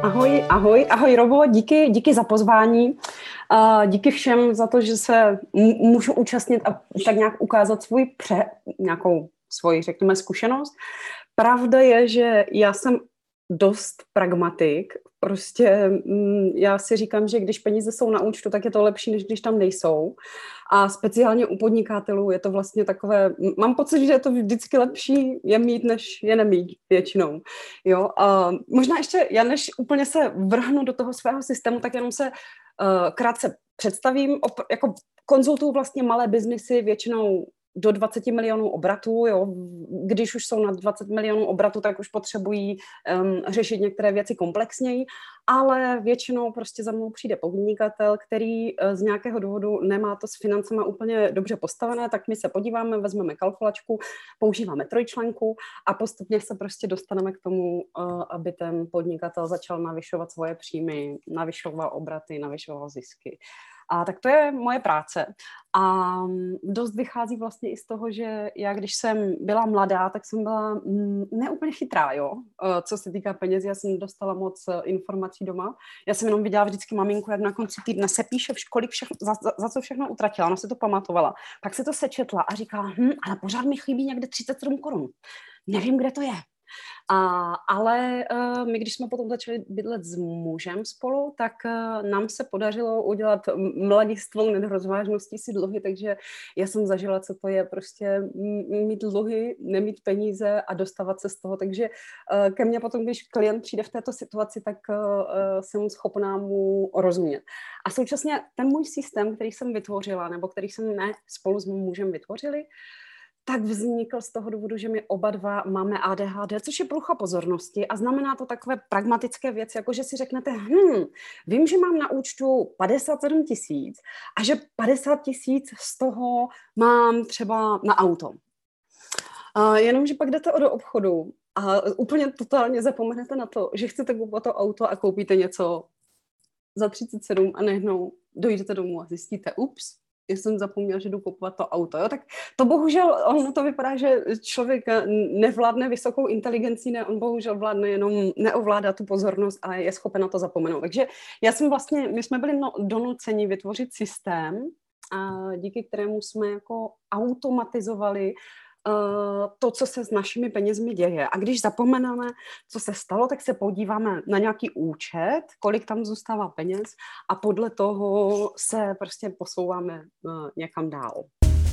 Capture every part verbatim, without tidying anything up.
Ahoj, ahoj, ahoj Robo, díky, díky za pozvání, a díky všem za to, že se m- můžu účastnit a tak nějak ukázat svůj pře, nějakou svoji, řekněme, zkušenost. Pravda je, že já jsem dost pragmatik, prostě mm, já si říkám, že když peníze jsou na účtu, tak je to lepší, než když tam nejsou. A speciálně u podnikatelů je to vlastně takové, mám pocit, že je to vždycky lepší je mít, než je nemít většinou. Jo, a možná ještě, já než úplně se vrhnu do toho svého systému, tak jenom se uh, krátce představím. Op- jako konzultuju vlastně malé biznisy, většinou do dvacet milionů obratů, jo. Když už jsou na dvacet milionů obratů, tak už potřebují um, řešit některé věci komplexněji, ale většinou prostě za mnou přijde podnikatel, který uh, z nějakého důvodu nemá to s financema úplně dobře postavené, tak my se podíváme, vezmeme kalkulačku, používáme trojčlenku a postupně se prostě dostaneme k tomu, uh, aby ten podnikatel začal navyšovat svoje příjmy, navyšoval obraty, navyšoval zisky. A tak to je moje práce. A dost vychází vlastně i z toho, že já, když jsem byla mladá, tak jsem byla mm, neúplně chytrá, jo, co se týká peněz. Já jsem dostala moc informací doma. Já jsem jenom viděla vždycky maminku, jak na konci týdne se píše, kolik všechno, za, za, za co všechno utratila. Ona se to pamatovala. Pak se to sečetla a říkala, hm, ale pořád mi chybí někde třicet sedm korun. Nevím, kde to je. A, ale uh, my, když jsme potom začali bydlet s mužem spolu, tak uh, nám se podařilo udělat mladistvou nedorozvážností si dluhy, takže já jsem zažila, co to je prostě mít dluhy, nemít peníze a dostávat se z toho. Takže uh, ke mně potom, když klient přijde v této situaci, tak uh, jsem schopná mu rozumět. A současně ten můj systém, který jsem vytvořila, nebo který jsem ne spolu s mým mužem vytvořili, tak vznikl z toho důvodu, že my oba dva máme A D H D, což je porucha pozornosti a znamená to takové pragmatické věci, jako že si řeknete, hm, vím, že mám na účtu padesát sedm tisíc a že padesát tisíc z toho mám třeba na auto. A jenomže pak jdete do obchodu a úplně totálně zapomenete na to, že chcete koupit to auto a koupíte něco za třicet sedm a najednou dojdete domů a zjistíte, ups, já jsem zapomněl, že jdu kupovat to auto. Jo? Tak to bohužel, ono to vypadá, že člověk nevládne vysokou inteligencí, ne, on bohužel vládne jenom, neovládá tu pozornost a je schopen na to zapomenout. Takže já jsem vlastně, my jsme byli no, donuceni vytvořit systém, a díky kterému jsme jako automatizovali Uh, to, co se s našimi penězmi děje. A když zapomeneme, co se stalo, tak se podíváme na nějaký účet, kolik tam zůstává peněz a podle toho se prostě posouváme uh, někam dál.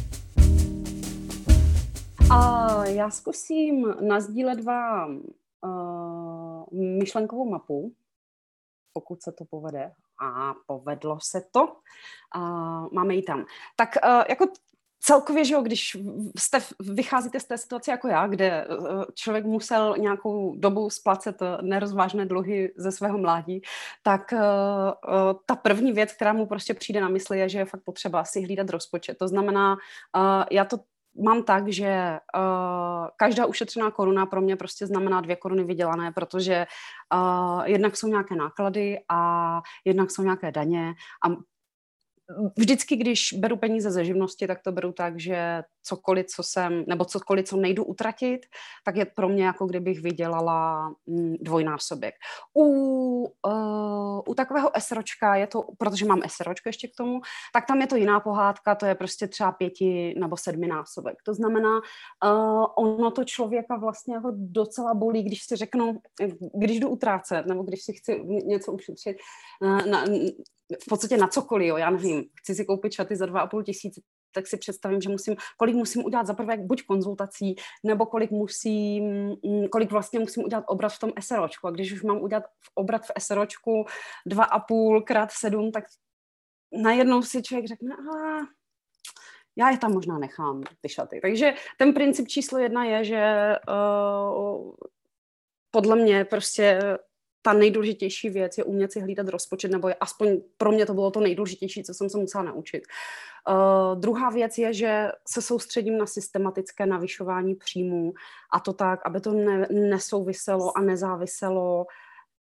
A já zkusím nasdílet vám uh, myšlenkovou mapu, pokud se to povede. A povedlo se to. Uh, máme ji tam. Tak uh, jako celkově, že jo, když jste, vycházíte z té situace jako já, kde člověk musel nějakou dobu splacet nerozvážné dluhy ze svého mládí, tak uh, ta první věc, která mu prostě přijde na mysli, je, že je fakt potřeba si hlídat rozpočet. To znamená, uh, já to mám tak, že uh, každá ušetřená koruna pro mě prostě znamená dvě koruny vydělané, protože uh, jednak jsou nějaké náklady a jednak jsou nějaké daně a vždycky, když beru peníze ze živnosti, tak to beru tak, že cokoliv, co jsem, nebo cokoliv, co nejdu utratit, tak je pro mě, jako kdybych vydělala dvojnásobek. U, uh, u takového SROčka je to, protože mám SROčko ještě k tomu, tak tam je to jiná pohádka, to je prostě třeba pěti nebo sedminásobek. To znamená, uh, ono to člověka vlastně jako docela bolí, když si řeknu, když jdu utrácet, nebo když si chci něco ušetřit, na, na, v podstatě na cokoliv, jo, já nevím, chci si koupit šaty za dva a půl tisíce, tak si představím, že musím, kolik musím udělat za prvé buď konzultací, nebo kolik musím, kolik vlastně musím udělat obrat v tom SROčku. A když už mám udělat obrat v SROčku dva a půl krát sedm, tak najednou si člověk řekne, a já je tam možná nechám, ty šaty. Takže ten princip číslo jedna je, že uh, podle mě prostě ta nejdůležitější věc je umět si hlídat rozpočet, nebo je, aspoň pro mě to bylo to nejdůležitější, co jsem se musela naučit. Uh, druhá věc je, že se soustředím na systematické navyšování příjmů a to tak, aby to ne, nesouviselo a nezáviselo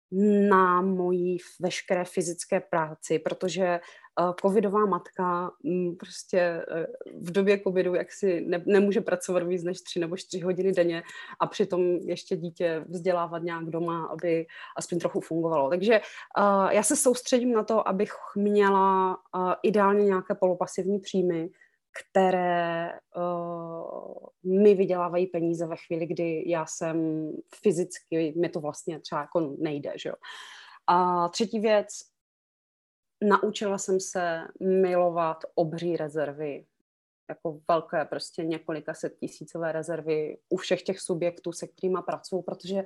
na mojí veškeré fyzické práci, protože uh, covidová matka m, prostě uh, v době covidu jak si ne, nemůže pracovat víc než tři nebo čtyři hodiny denně a přitom ještě dítě vzdělávat nějak doma, aby aspoň trochu fungovalo. Takže uh, já se soustředím na to, abych měla uh, ideálně nějaké polopasivní příjmy, které uh, mi vydělávají peníze ve chvíli, kdy já jsem fyzicky, mi to vlastně třeba jako nejde, že jo. A třetí věc, naučila jsem se milovat obří rezervy, jako velké, prostě několika set tisícové rezervy u všech těch subjektů, se kterýma pracuju, protože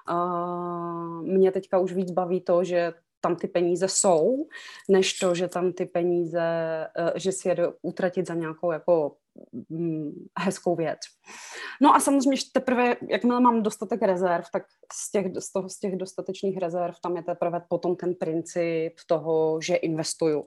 uh, mě teďka už víc baví to, že tam ty peníze jsou, než to, že tam ty peníze, že si je utratit za nějakou jako hm, hezkou věc. No a samozřejmě teprve, jakmile mám dostatek rezerv, tak z těch, z toho, z těch dostatečných rezerv tam je teprve potom ten princip toho, že investuju.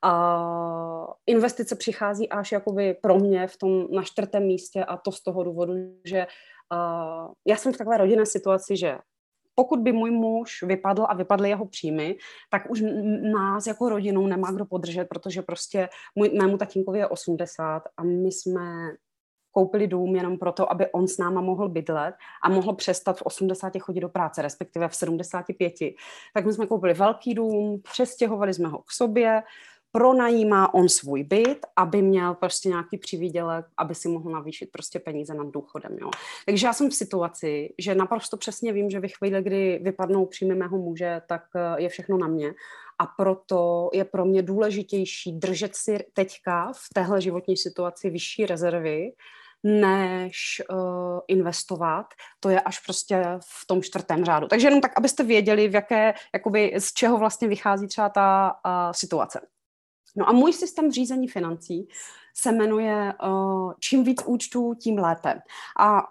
A investice přichází až jakoby pro mě v tom na čtvrtém místě a to z toho důvodu, že uh, já jsem v takové rodinné situaci, že pokud by můj muž vypadl a vypadly jeho příjmy, tak už nás jako rodinou nemá kdo podržet, protože prostě můj, mému tatínkovi je osmdesát a my jsme koupili dům jenom proto, aby on s náma mohl bydlet a mohl přestat v osmdesáti chodit do práce, respektive v sedmdesáti pěti. Tak my jsme koupili velký dům, přestěhovali jsme ho k sobě, pronajímá on svůj byt, aby měl prostě nějaký přivýdělek, aby si mohl navýšit prostě peníze nad důchodem. Jo. Takže já jsem v situaci, že naprosto přesně vím, že ve chvíli, kdy vypadnou příjmy mého muže, tak je všechno na mě. A proto je pro mě důležitější držet si teďka v téhle životní situaci vyšší rezervy, než uh, investovat. To je až prostě v tom čtvrtém řádu. Takže jenom tak, abyste věděli, v jaké, jakoby, z čeho vlastně vychází třeba ta uh, situace. No a můj systém řízení financí se jmenuje uh, čím víc účtů, tím lépe. A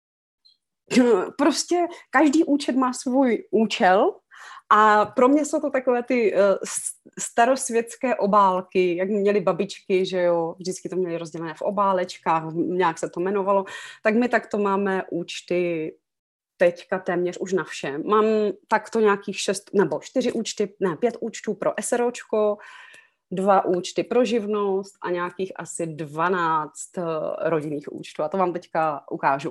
prostě každý účet má svůj účel a pro mě jsou to takové ty uh, starosvětské obálky, jak měly babičky, že jo, vždycky to měly rozdělené v obálečkách, nějak se to jmenovalo, tak my takto máme účty teďka téměř už na všem. Mám takto nějakých šest, nebo čtyři účty, ne, pět účtů pro SROčko, dva účty pro živnost a nějakých asi dvanáct uh, rodinných účtů. A to vám teďka ukážu.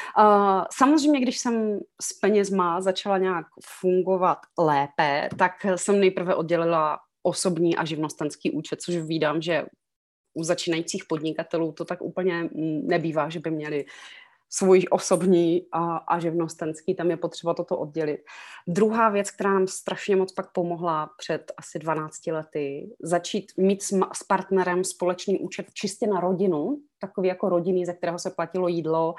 Uh, samozřejmě, když jsem s penězma začala nějak fungovat lépe, tak jsem nejprve oddělila osobní a živnostenský účet, což vídám, že u začínajících podnikatelů to tak úplně nebývá, že by měli svůj osobní a, a živnostenský, tam je potřeba toto oddělit. Druhá věc, která nám strašně moc pak pomohla před asi dvanácti lety, začít mít s, s partnerem společný účet čistě na rodinu, takový jako rodinný, ze kterého se platilo jídlo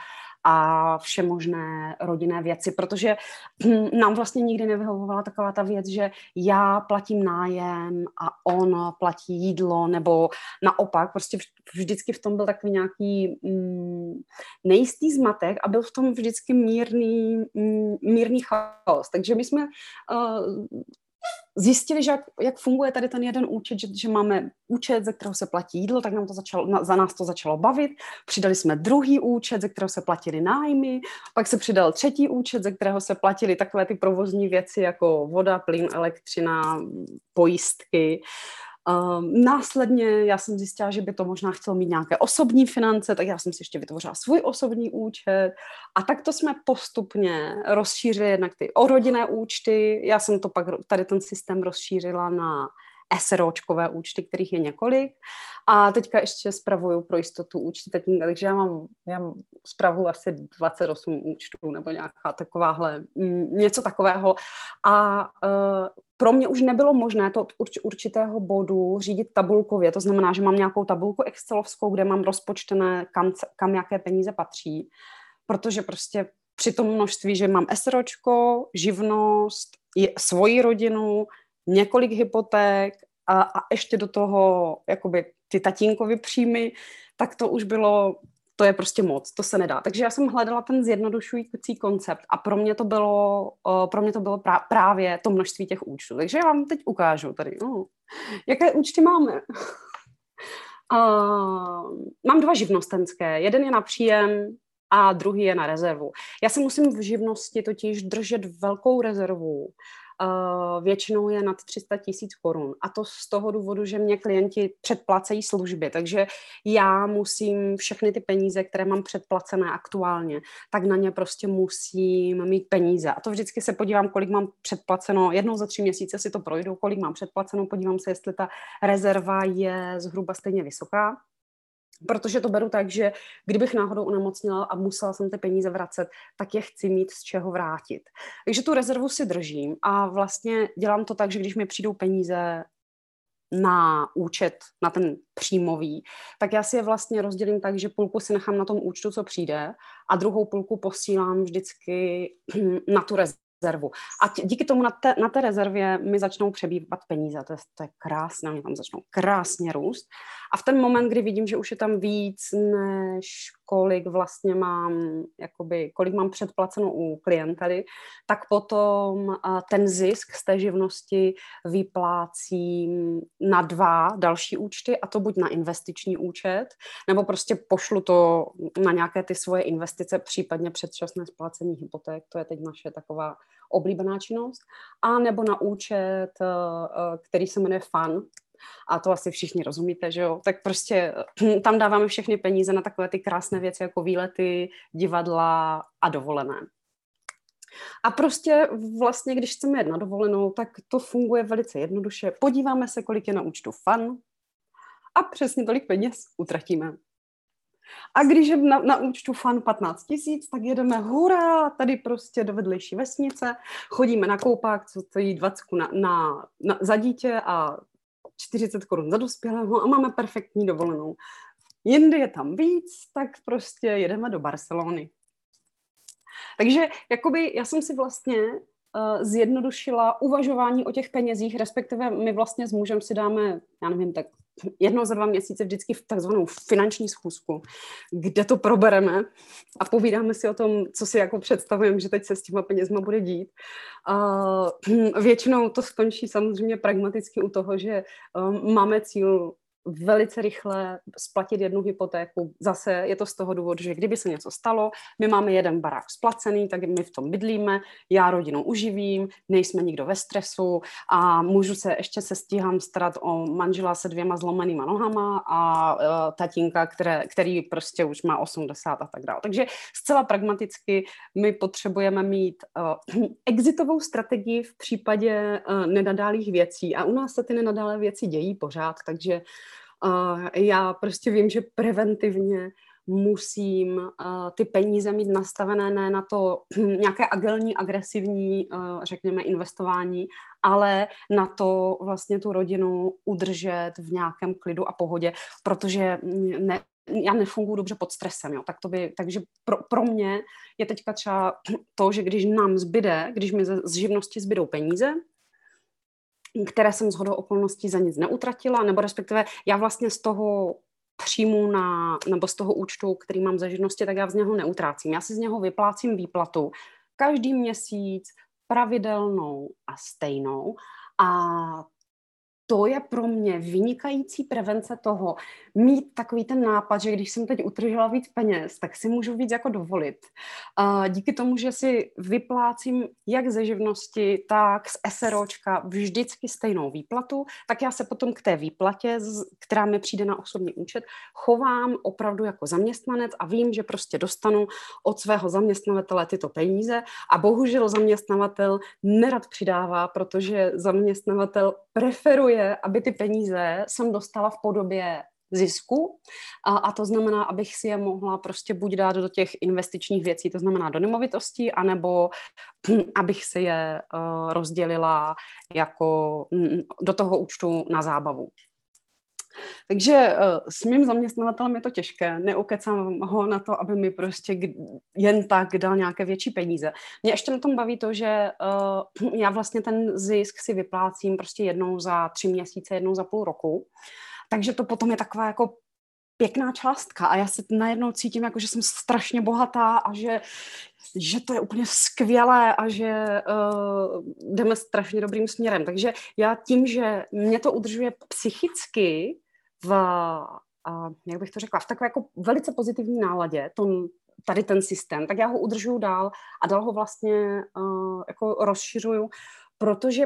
a vše možné rodinné věci, protože nám vlastně nikdy nevyhovovala taková ta věc, že já platím nájem a on platí jídlo, nebo naopak, prostě vždycky v tom byl takový nějaký mm, nejistý zmatek a byl v tom vždycky mírný, mm, mírný chaos. Takže my jsme uh, zjistili, že jak, jak funguje tady ten jeden účet, že, že máme účet, ze kterého se platí jídlo, tak nám to začalo, na, za nás to začalo bavit. Přidali jsme druhý účet, ze kterého se platily nájmy, pak se přidal třetí účet, ze kterého se platily takové ty provozní věci jako voda, plyn, elektřina, pojistky. Um, následně já jsem zjistila, že by to možná chtělo mít nějaké osobní finance, tak já jsem si ještě vytvořila svůj osobní účet a takto jsme postupně rozšířili jednak ty rodinné účty. Já jsem to pak tady ten systém rozšířila na SROčkové účty, kterých je několik. A teďka ještě spravuju pro jistotu účty tatínka, takže já mám, já spravuju asi dvacet osm účtů nebo nějaká takováhle, něco takového. A uh, pro mě už nebylo možné to od určitého bodu řídit tabulkově. To znamená, že mám nějakou tabulku excelovskou, kde mám rozpočtené, kam, kam jaké peníze patří. Protože prostě při tom množství, že mám SROčko, živnost, svoji rodinu, několik hypoték a, a ještě do toho jakoby ty tatínkovy příjmy, tak to už bylo, to je prostě moc, to se nedá. Takže já jsem hledala ten zjednodušující koncept a pro mě to bylo, pro mě to bylo právě to množství těch účtů. Takže já vám teď ukážu tady, no, jaké účty máme. Uh, mám dva živnostenské, jeden je na příjem a druhý je na rezervu. Já si musím v živnosti totiž držet velkou rezervu, uh, většinou je nad tři sta tisíc korun. A to z toho důvodu, že mě klienti předplacejí služby, takže já musím všechny ty peníze, které mám předplacené aktuálně, tak na ně prostě musím mít peníze. A to vždycky se podívám, kolik mám předplaceno, jednou za tři měsíce si to projdu, kolik mám předplaceno, podívám se, jestli ta rezerva je zhruba stejně vysoká. Protože to beru tak, že kdybych náhodou onemocnila a musela jsem ty peníze vracet, tak je chci mít z čeho vrátit. Takže tu rezervu si držím a vlastně dělám to tak, že když mi přijdou peníze na účet, na ten příjmový, tak já si je vlastně rozdělím tak, že půlku si nechám na tom účtu, co přijde, a druhou půlku posílám vždycky na tu rezervu. rezervu. A tě, díky tomu na té, na té rezervě mi začnou přebývat peníze. To je, to je krásné, mě tam začnou krásně růst. A v ten moment, kdy vidím, že už je tam víc, než kolik vlastně mám, jakoby, kolik mám předplaceno u klientely, tak potom uh, ten zisk z té živnosti vyplácím na dva další účty, a to buď na investiční účet, nebo prostě pošlu to na nějaké ty svoje investice, případně předčasné splácení hypoték, to je teď naše taková oblíbená činnost, a nebo na účet, který se jmenuje Fun, a to asi všichni rozumíte, že jo, tak prostě tam dáváme všechny peníze na takové ty krásné věci jako výlety, divadla a dovolené. A prostě vlastně, když chceme jet na dovolenou, tak to funguje velice jednoduše. Podíváme se, kolik je na účtu Fun, a přesně tolik peněz utratíme. A když je na, na účtu Fun patnáct tisíc, tak jedeme hurá, tady prostě do vedlejší vesnice, chodíme na koupák, co stojí dvacet na, na, na, za dítě a čtyřicet korun za dospělého, a máme perfektní dovolenou. Jindy je tam víc, tak prostě jedeme do Barcelony. Takže jakoby já jsem si vlastně uh, zjednodušila uvažování o těch penězích, respektive my vlastně s mužem si dáme, já nevím, tak jednou za dva měsíce vždycky v takzvanou finanční schůzku, kde to probereme a povídáme si o tom, co si jako představujeme, že teď se s těma penězma bude dít. Uh, většinou to skončí samozřejmě pragmaticky u toho, že um, máme cíl velice rychle splatit jednu hypotéku. Zase je to z toho důvodu, že kdyby se něco stalo, my máme jeden barák splacený, tak my v tom bydlíme, já rodinu uživím, nejsme nikdo ve stresu a můžu se, ještě se stíhám starat o manžela se dvěma zlomenýma nohama a uh, tatínka, které, který prostě už má osmdesát a tak dále. Takže zcela pragmaticky my potřebujeme mít uh, exitovou strategii v případě uh, nenadálých věcí, a u nás se ty nenadálé věci dějí pořád, takže Uh, já prostě vím, že preventivně musím uh, ty peníze mít nastavené ne na to nějaké agilní, agresivní, uh, řekněme, investování, ale na to vlastně tu rodinu udržet v nějakém klidu a pohodě, protože ne, já nefunguji dobře pod stresem, jo. Tak to by, takže pro, pro mě je teďka třeba to, že když nám zbyde, když mi z živnosti zbydou peníze, které jsem shodou okolností za nic neutratila, nebo respektive já vlastně z toho příjmu na, nebo z toho účtu, který mám za živnosti, tak já z něho neutrácím. Já si z něho vyplácím výplatu každý měsíc pravidelnou a stejnou, a to je pro mě vynikající prevence toho, mít takový ten nápad, že když jsem teď utržila víc peněz, tak si můžu víc jako dovolit. Uh, díky tomu, že si vyplácím jak ze živnosti, tak z SROčka vždycky stejnou výplatu, tak já se potom k té výplatě, která mi přijde na osobní účet, chovám opravdu jako zaměstnanec a vím, že prostě dostanu od svého zaměstnavatele tyto peníze, a bohužel zaměstnavatel nerad přidává, protože zaměstnavatel preferuje, aby ty peníze jsem dostala v podobě zisku, a, a to znamená, abych si je mohla prostě buď dát do těch investičních věcí, to znamená do nemovitostí, anebo abych si je uh, rozdělila jako mm, do toho účtu na zábavu. Takže uh, s mým zaměstnavatelem je to těžké, neukecám ho na to, aby mi prostě jen tak dal nějaké větší peníze. Mě ještě na tom baví to, že uh, já vlastně ten zisk si vyplácím prostě jednou za tři měsíce, jednou za půl roku, takže to potom je taková jako pěkná částka a já se najednou cítím, jako, že jsem strašně bohatá a že, že to je úplně skvělé a že uh, jdeme strašně dobrým směrem. Takže já tím, že mě to udržuje psychicky v, uh, jak bych to řekla, v takové jako velice pozitivní náladě, to, tady ten systém, tak já ho udržuju dál a dál ho vlastně uh, jako rozšiřuju, protože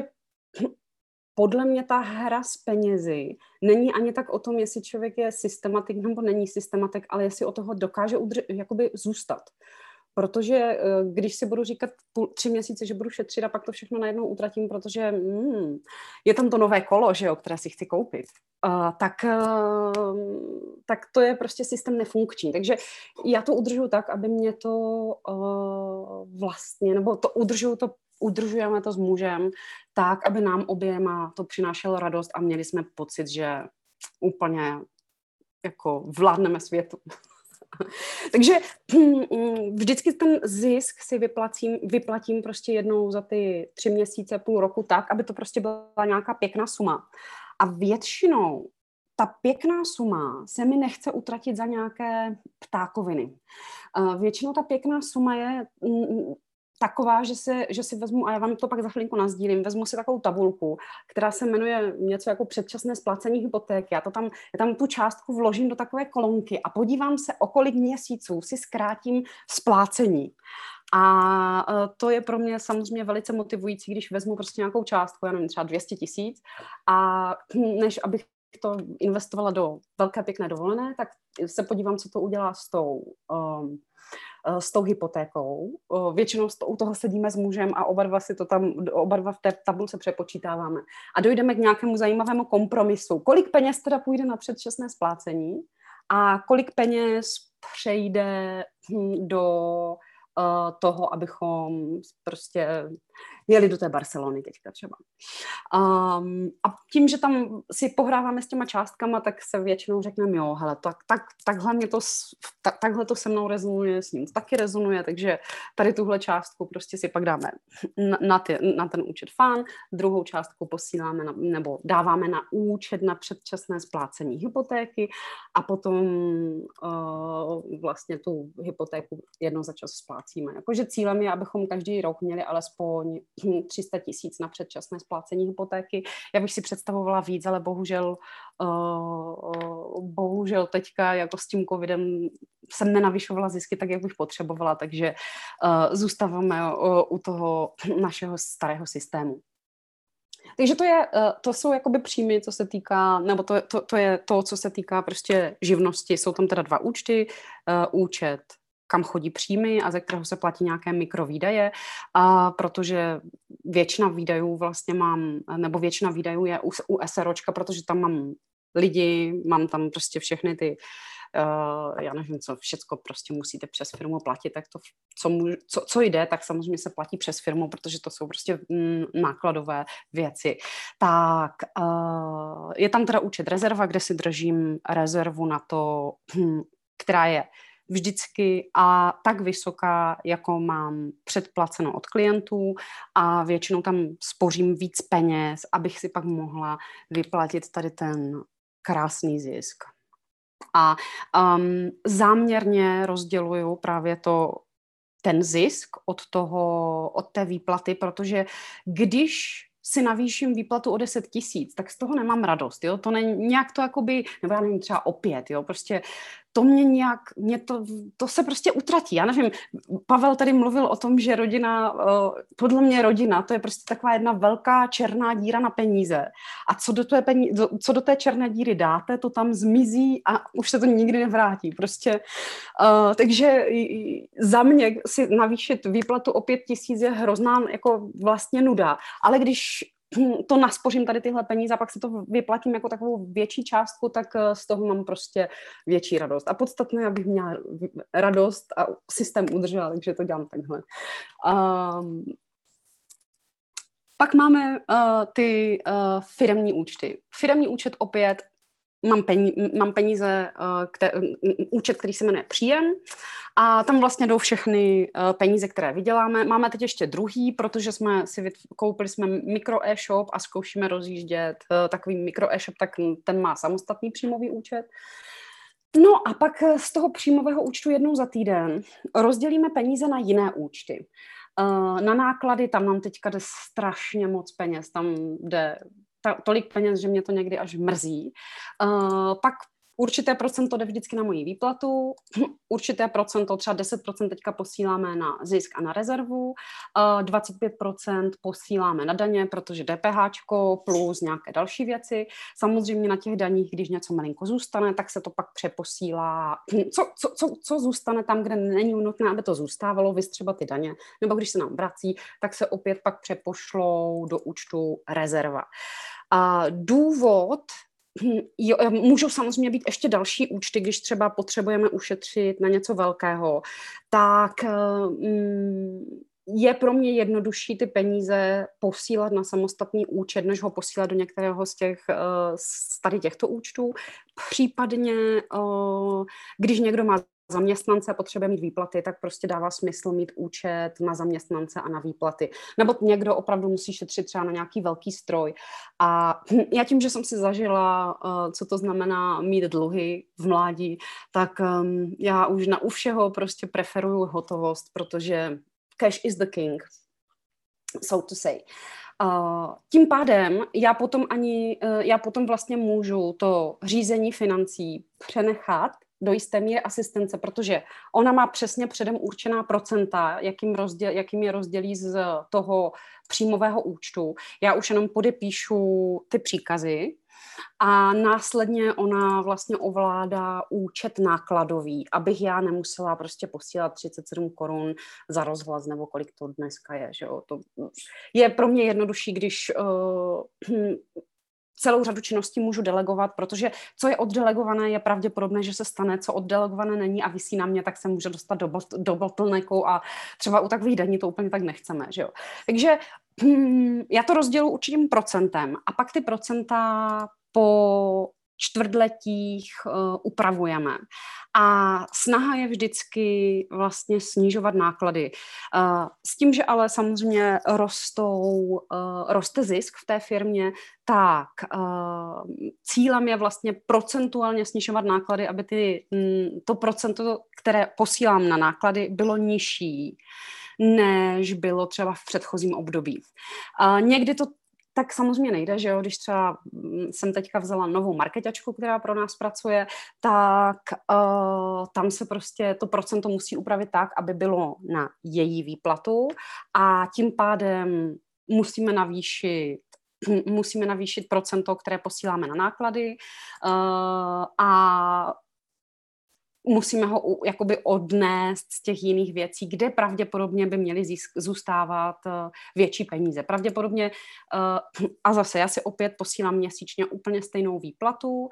podle mě ta hra s penězi není ani tak o tom, jestli člověk je systematik nebo není systematik, ale jestli o toho dokáže udr- jakoby zůstat. Protože když si budu říkat půl, tři měsíce, že budu šetřit a pak to všechno najednou utratím, protože hmm, je tam to nové kolo, že jo, které si chci koupit, uh, tak, uh, tak to je prostě systém nefunkční. Takže já to udržuji tak, aby mě to uh, vlastně, nebo to udržuji to udržujeme to s mužem tak, aby nám oběma to přinášelo radost a měli jsme pocit, že úplně jako vládneme světu. Takže vždycky ten zisk si vyplatím, vyplatím prostě jednou za ty tři měsíce, půl roku tak, aby to prostě byla nějaká pěkná suma. A většinou ta pěkná suma se mi nechce utratit za nějaké ptákoviny. Většinou ta pěkná suma je taková, že, se, že si vezmu, a já vám to pak za chvilinku nasdílím, vezmu si takovou tabulku, která se jmenuje něco jako předčasné splácení hypotéky. Já, to tam, já tam tu částku vložím do takové kolonky a podívám se, o kolik měsíců si zkrátím splácení. A to je pro mě samozřejmě velice motivující, když vezmu prostě nějakou částku, já nevím, třeba dvě stě tisíc, a než abych to investovala do velké pěkné dovolené, tak se podívám, co to udělá s tou um, s tou hypotékou. Většinou u toho sedíme s mužem a oba dva si to tam, oba dva v té tabulce přepočítáváme. A dojdeme k nějakému zajímavému kompromisu. Kolik peněz teda půjde na předčasné splácení a kolik peněz přejde do toho, abychom prostě jeli do té Barcelony teďka třeba. Um, a tím, že tam si pohráváme s těma částkama, tak se většinou řekneme, jo, hele, tak, tak, takhle, mě to, tak, takhle to se mnou rezonuje, s ním taky rezonuje, takže tady tuhle částku prostě si pak dáme na, na, ty, na ten účet fán, druhou částku posíláme na, nebo dáváme na účet na předčasné splácení hypotéky a potom uh, vlastně tu hypotéku jednou za čas splácíme. Jakože cílem je, abychom každý rok měli alespoň tři sta tisíc na předčasné splácení hypotéky. Já bych si představovala víc, ale bohužel, uh, bohužel teďka jako s tím covidem jsem nenavyšovala zisky tak, jak bych potřebovala, takže uh, zůstáváme uh, u toho našeho starého systému. Takže to, je, to jsou jakoby příjmy, co se týká, nebo to, to, to je to, co se týká prostě živnosti. Jsou tam teda dva účty, uh, účet, kam chodí příjmy a ze kterého se platí nějaké mikrovýdaje, a protože většina výdajů vlastně mám, nebo většina výdajů je u, u SROčka, protože tam mám lidi, mám tam prostě všechny ty, uh, já nevím co, všecko prostě musíte přes firmu platit, tak to, co, můžu, co, co jde, tak samozřejmě se platí přes firmu, protože to jsou prostě mm, nákladové věci. Tak uh, je tam teda účet rezerva, kde si držím rezervu na to, hm, která je vždycky a tak vysoká, jako mám předplaceno od klientů a většinou tam spořím víc peněz, abych si pak mohla vyplatit tady ten krásný zisk. A um, záměrně rozděluju právě to, ten zisk od toho, od té výplaty, protože když si navýším výplatu o deset tisíc, tak z toho nemám radost, jo, to není nějak to jakoby, nebo já nevím, třeba opět, jo, prostě to mě nějak, mě to, to se prostě utratí, já nevím, Pavel tady mluvil o tom, že rodina, podle mě rodina, to je prostě taková jedna velká černá díra na peníze a co do té, peníze, co do té černé díry dáte, to tam zmizí a už se to nikdy nevrátí, prostě, uh, takže za mě si navýšit výplatu o pět tisíc je hrozná jako vlastně nuda, ale když to naspořím tady tyhle peníze a pak si to vyplatím jako takovou větší částku, tak z toho mám prostě větší radost. A podstatné, abych měla radost a systém udržela, takže to dělám takhle. Um, pak máme uh, ty uh, firemní účty. Firemní účet opět, mám, peníze, mám peníze, uh, které, uh, účet, který se jmenuje příjem a tam vlastně jdou všechny uh, peníze, které vyděláme. Máme teď ještě druhý, protože jsme si koupili jsme mikro e-shop a zkoušíme rozjíždět uh, takový mikro e-shop, tak ten má samostatný příjmový účet. No a pak z toho příjmového účtu jednou za týden rozdělíme peníze na jiné účty. Uh, na náklady tam nám teďka jde strašně moc peněz, tam jde ta, tolik peněz, že mě to někdy až mrzí. Uh, pak určité procento jde vždycky na moji výplatu, určité procento, třeba deset procent teďka posíláme na zisk a na rezervu, dvacet pět procent posíláme na daně, protože DPHčko plus nějaké další věci. Samozřejmě na těch daních, když něco malinko zůstane, tak se to pak přeposílá. Co, co, co, co zůstane tam, kde není nutné, aby to zůstávalo, vys třeba ty daně, nebo když se nám vrací, tak se opět pak přepošlou do účtu rezerva. A důvod, jo, můžou samozřejmě být ještě další účty, když třeba potřebujeme ušetřit na něco velkého, tak mm, je pro mě jednodušší ty peníze posílat na samostatný účet, než ho posílat do některého z těch z tady těchto účtů. Případně, když někdo má zaměstnance a potřebuje mít výplaty, tak prostě dává smysl mít účet na zaměstnance a na výplaty. Nebo někdo opravdu musí šetřit třeba na nějaký velký stroj. A já tím, že jsem si zažila, co to znamená mít dluhy v mládí, tak já už na u všeho prostě preferuju hotovost, protože cash is the king, so to say. Uh, tím pádem já potom ani, uh, já potom vlastně můžu to řízení financí přenechat do jisté míry asistence, protože ona má přesně předem určená procenta, jakým, rozděl, jakým je rozdělí z toho příjmového účtu. Já už jenom podepíšu ty příkazy a následně ona vlastně ovládá účet nákladový, abych já nemusela prostě posílat třicet sedm korun za rozhlas, nebo kolik to dneska je. Že jo? To je pro mě jednodušší, když uh, celou řadu činností můžu delegovat, protože co je oddelegované, je pravděpodobné, že se stane, co oddelegované není a visí na mě, tak se může dostat do, bot, do bottlenecku a třeba u takových daní to úplně tak nechceme. Že jo? Takže hm, já to rozdělu určitým procentem a pak ty procenta po čtvrtletích uh, upravujeme. A snaha je vždycky vlastně snižovat náklady. Uh, s tím, že ale samozřejmě rostou, uh, roste zisk v té firmě, tak uh, cílem je vlastně procentuálně snižovat náklady, aby ty, m, to procento, které posílám na náklady, bylo nižší, než bylo třeba v předchozím období. Uh, někdy to tak samozřejmě nejde, že jo, když třeba jsem teďka vzala novou marketačku, která pro nás pracuje, tak uh, tam se prostě to procento musí upravit tak, aby bylo na její výplatu a tím pádem musíme navýšit musíme navýšit procento, které posíláme na náklady uh, a musíme ho jakoby odnést z těch jiných věcí, kde pravděpodobně by měly zůstávat větší peníze. Pravděpodobně, a zase já si opět posílám měsíčně úplně stejnou výplatu,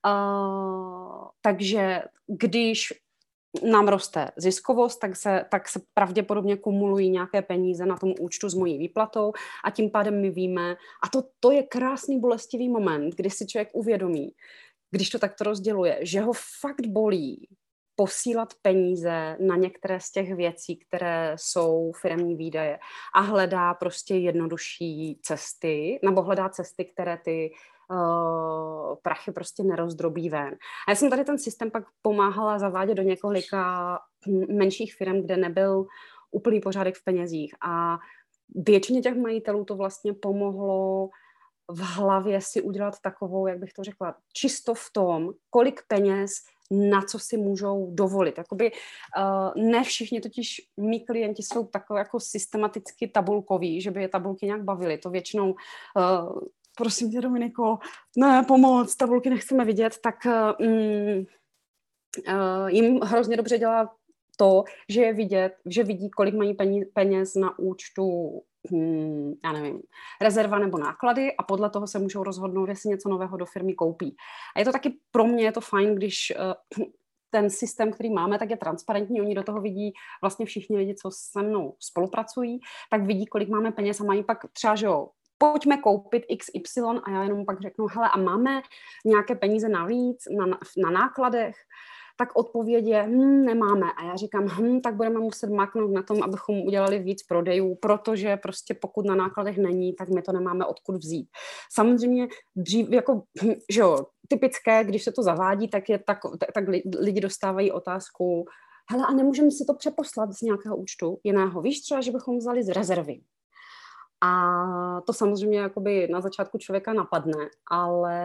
takže když nám roste ziskovost, tak se, tak se pravděpodobně kumulují nějaké peníze na tom účtu s mojí výplatou a tím pádem my víme, a to, to je krásný bolestivý moment, kdy si člověk uvědomí, když to takto rozděluje, že ho fakt bolí posílat peníze na některé z těch věcí, které jsou firemní výdaje a hledá prostě jednodušší cesty, nebo hledá cesty, které ty uh, prachy prostě nerozdrobí ven. A já jsem tady ten systém pak pomáhala zavádět do několika menších firm, kde nebyl úplný pořádek v penězích a většině těch majitelů to vlastně pomohlo v hlavě si udělat takovou, jak bych to řekla, čisto v tom, kolik peněz na co si můžou dovolit. Jakoby, uh, ne všichni totiž mý klienti jsou takové jako systematicky tabulkoví, že by je tabulky nějak bavily. To většinou, uh, prosím tě, Dominiko, ne, pomoc, tabulky nechceme vidět, tak uh, um, uh, jim hrozně dobře dělá to, že je vidět, že vidí, kolik mají peněz na účtu, hmm, já nevím, rezerva nebo náklady a podle toho se můžou rozhodnout, jestli něco nového do firmy koupí. A je to taky pro mě je to fajn, když uh, ten systém, který máme, tak je transparentní, oni do toho vidí vlastně všichni lidi, co se mnou spolupracují, tak vidí, kolik máme peněz a mají pak třeba, že jo, pojďme koupit iks ypsilon a já jenom pak řeknu, hele, a máme nějaké peníze navíc na, na nákladech, tak odpověď je, hm, nemáme. A já říkám, hm, tak budeme muset maknout na tom, abychom udělali víc prodejů, protože prostě pokud na nákladech není, tak my to nemáme odkud vzít. Samozřejmě dřív, jako, že jo, typické, když se to zavádí, tak, je tak, tak, tak lidi dostávají otázku, hele, a nemůžeme si to přeposlat z nějakého účtu jiného. Víš třeba, že bychom vzali z rezervy. A to samozřejmě jakoby na začátku člověka napadne, ale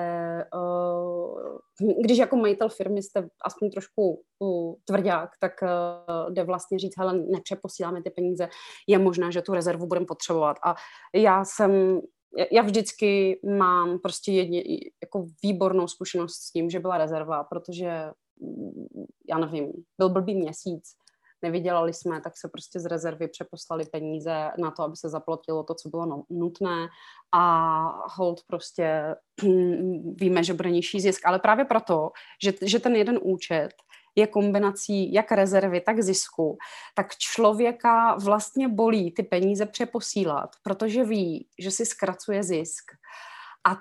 uh, když jako majitel firmy jste aspoň trošku uh, tvrdák, tak uh, jde vlastně říct, hele, nepřeposíláme ty peníze, je možné, že tu rezervu budeme potřebovat. A já jsem, já vždycky mám prostě jedně, jako výbornou zkušenost s tím, že byla rezerva, protože, já nevím, byl blbý měsíc, nevydělali jsme, tak se prostě z rezervy přeposlali peníze na to, aby se zaplatilo to, co bylo no, nutné a hold prostě víme, že bude nižší zisk, ale právě proto, že, že ten jeden účet je kombinací jak rezervy, tak zisku, tak člověka vlastně bolí ty peníze přeposílat, protože ví, že si zkracuje zisk. A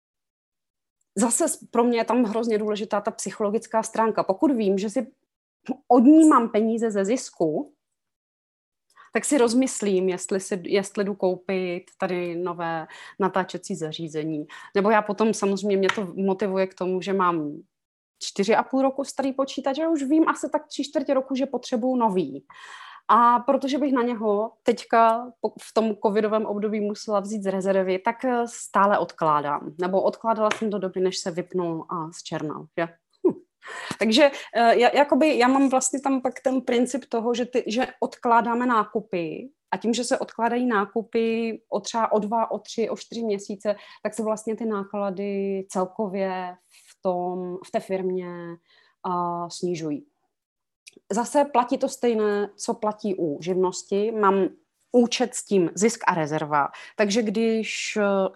zase pro mě je tam hrozně důležitá ta psychologická stránka. Pokud vím, že si odnímám peníze ze zisku, tak si rozmyslím, jestli, si, jestli jdu koupit tady nové natáčecí zařízení. Nebo já potom samozřejmě mě to motivuje k tomu, že mám čtyři a půl roku starý počítač a už vím asi tak tři čtvrtě roku, že potřebuju nový. A protože bych na něho teďka v tom covidovém období musela vzít z rezervy, tak stále odkládám. Nebo odkládala jsem do doby, než se vypnul a zčernal. Že? Hm. Takže já, jakoby, já mám vlastně tam pak ten princip toho, že, ty, že odkládáme nákupy a tím, že se odkládají nákupy o třeba o dva, o tři, o čtyři měsíce, tak se vlastně ty náklady celkově v, tom, v té firmě uh, snižují. Zase platí to stejné, co platí u živnosti. Mám účet s tím zisk a rezerva. Takže když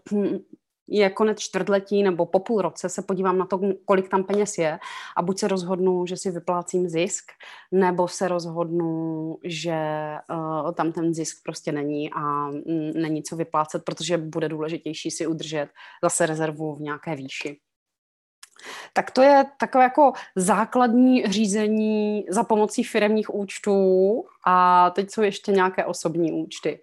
je konec čtvrtletí nebo po půl roce, se podívám na to, kolik tam peněz je a buď se rozhodnu, že si vyplácím zisk, nebo se rozhodnu, že uh, tam ten zisk prostě není a mm, není co vyplácet, protože bude důležitější si udržet zase rezervu v nějaké výši. Tak to je takové jako základní řízení za pomocí firemních účtů a teď jsou ještě nějaké osobní účty.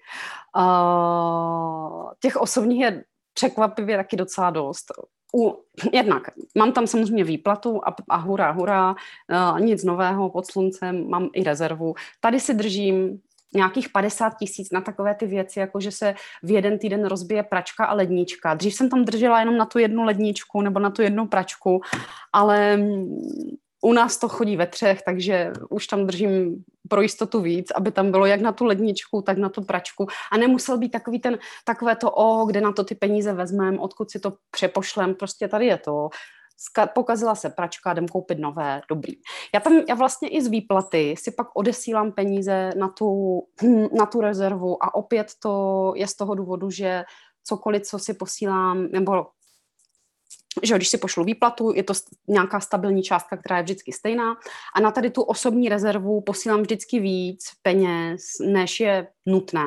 Uh, těch osobních je překvapivě taky docela dost. U, jednak mám tam samozřejmě výplatu a, a hurá, hurá, uh, nic nového pod sluncem, mám i rezervu. Tady si držím nějakých padesát tisíc na takové ty věci, jako že se v jeden týden rozbije pračka a lednička. Dřív jsem tam držela jenom na tu jednu ledničku nebo na tu jednu pračku, ale u nás to chodí ve třech, takže už tam držím pro jistotu víc, aby tam bylo jak na tu ledničku, tak na tu pračku. A nemusel být takový ten, takové to, o, kde na to ty peníze vezmeme, odkud si to přepošlem, prostě tady je to. Pokazila se pračka, jdem koupit nové, dobrý. Já tam, já vlastně i z výplaty si pak odesílám peníze na tu, na tu rezervu a opět to je z toho důvodu, že cokoliv, co si posílám, nebo že když si pošlu výplatu, je to nějaká stabilní částka, která je vždycky stejná a na tady tu osobní rezervu posílám vždycky víc peněz, než je nutné.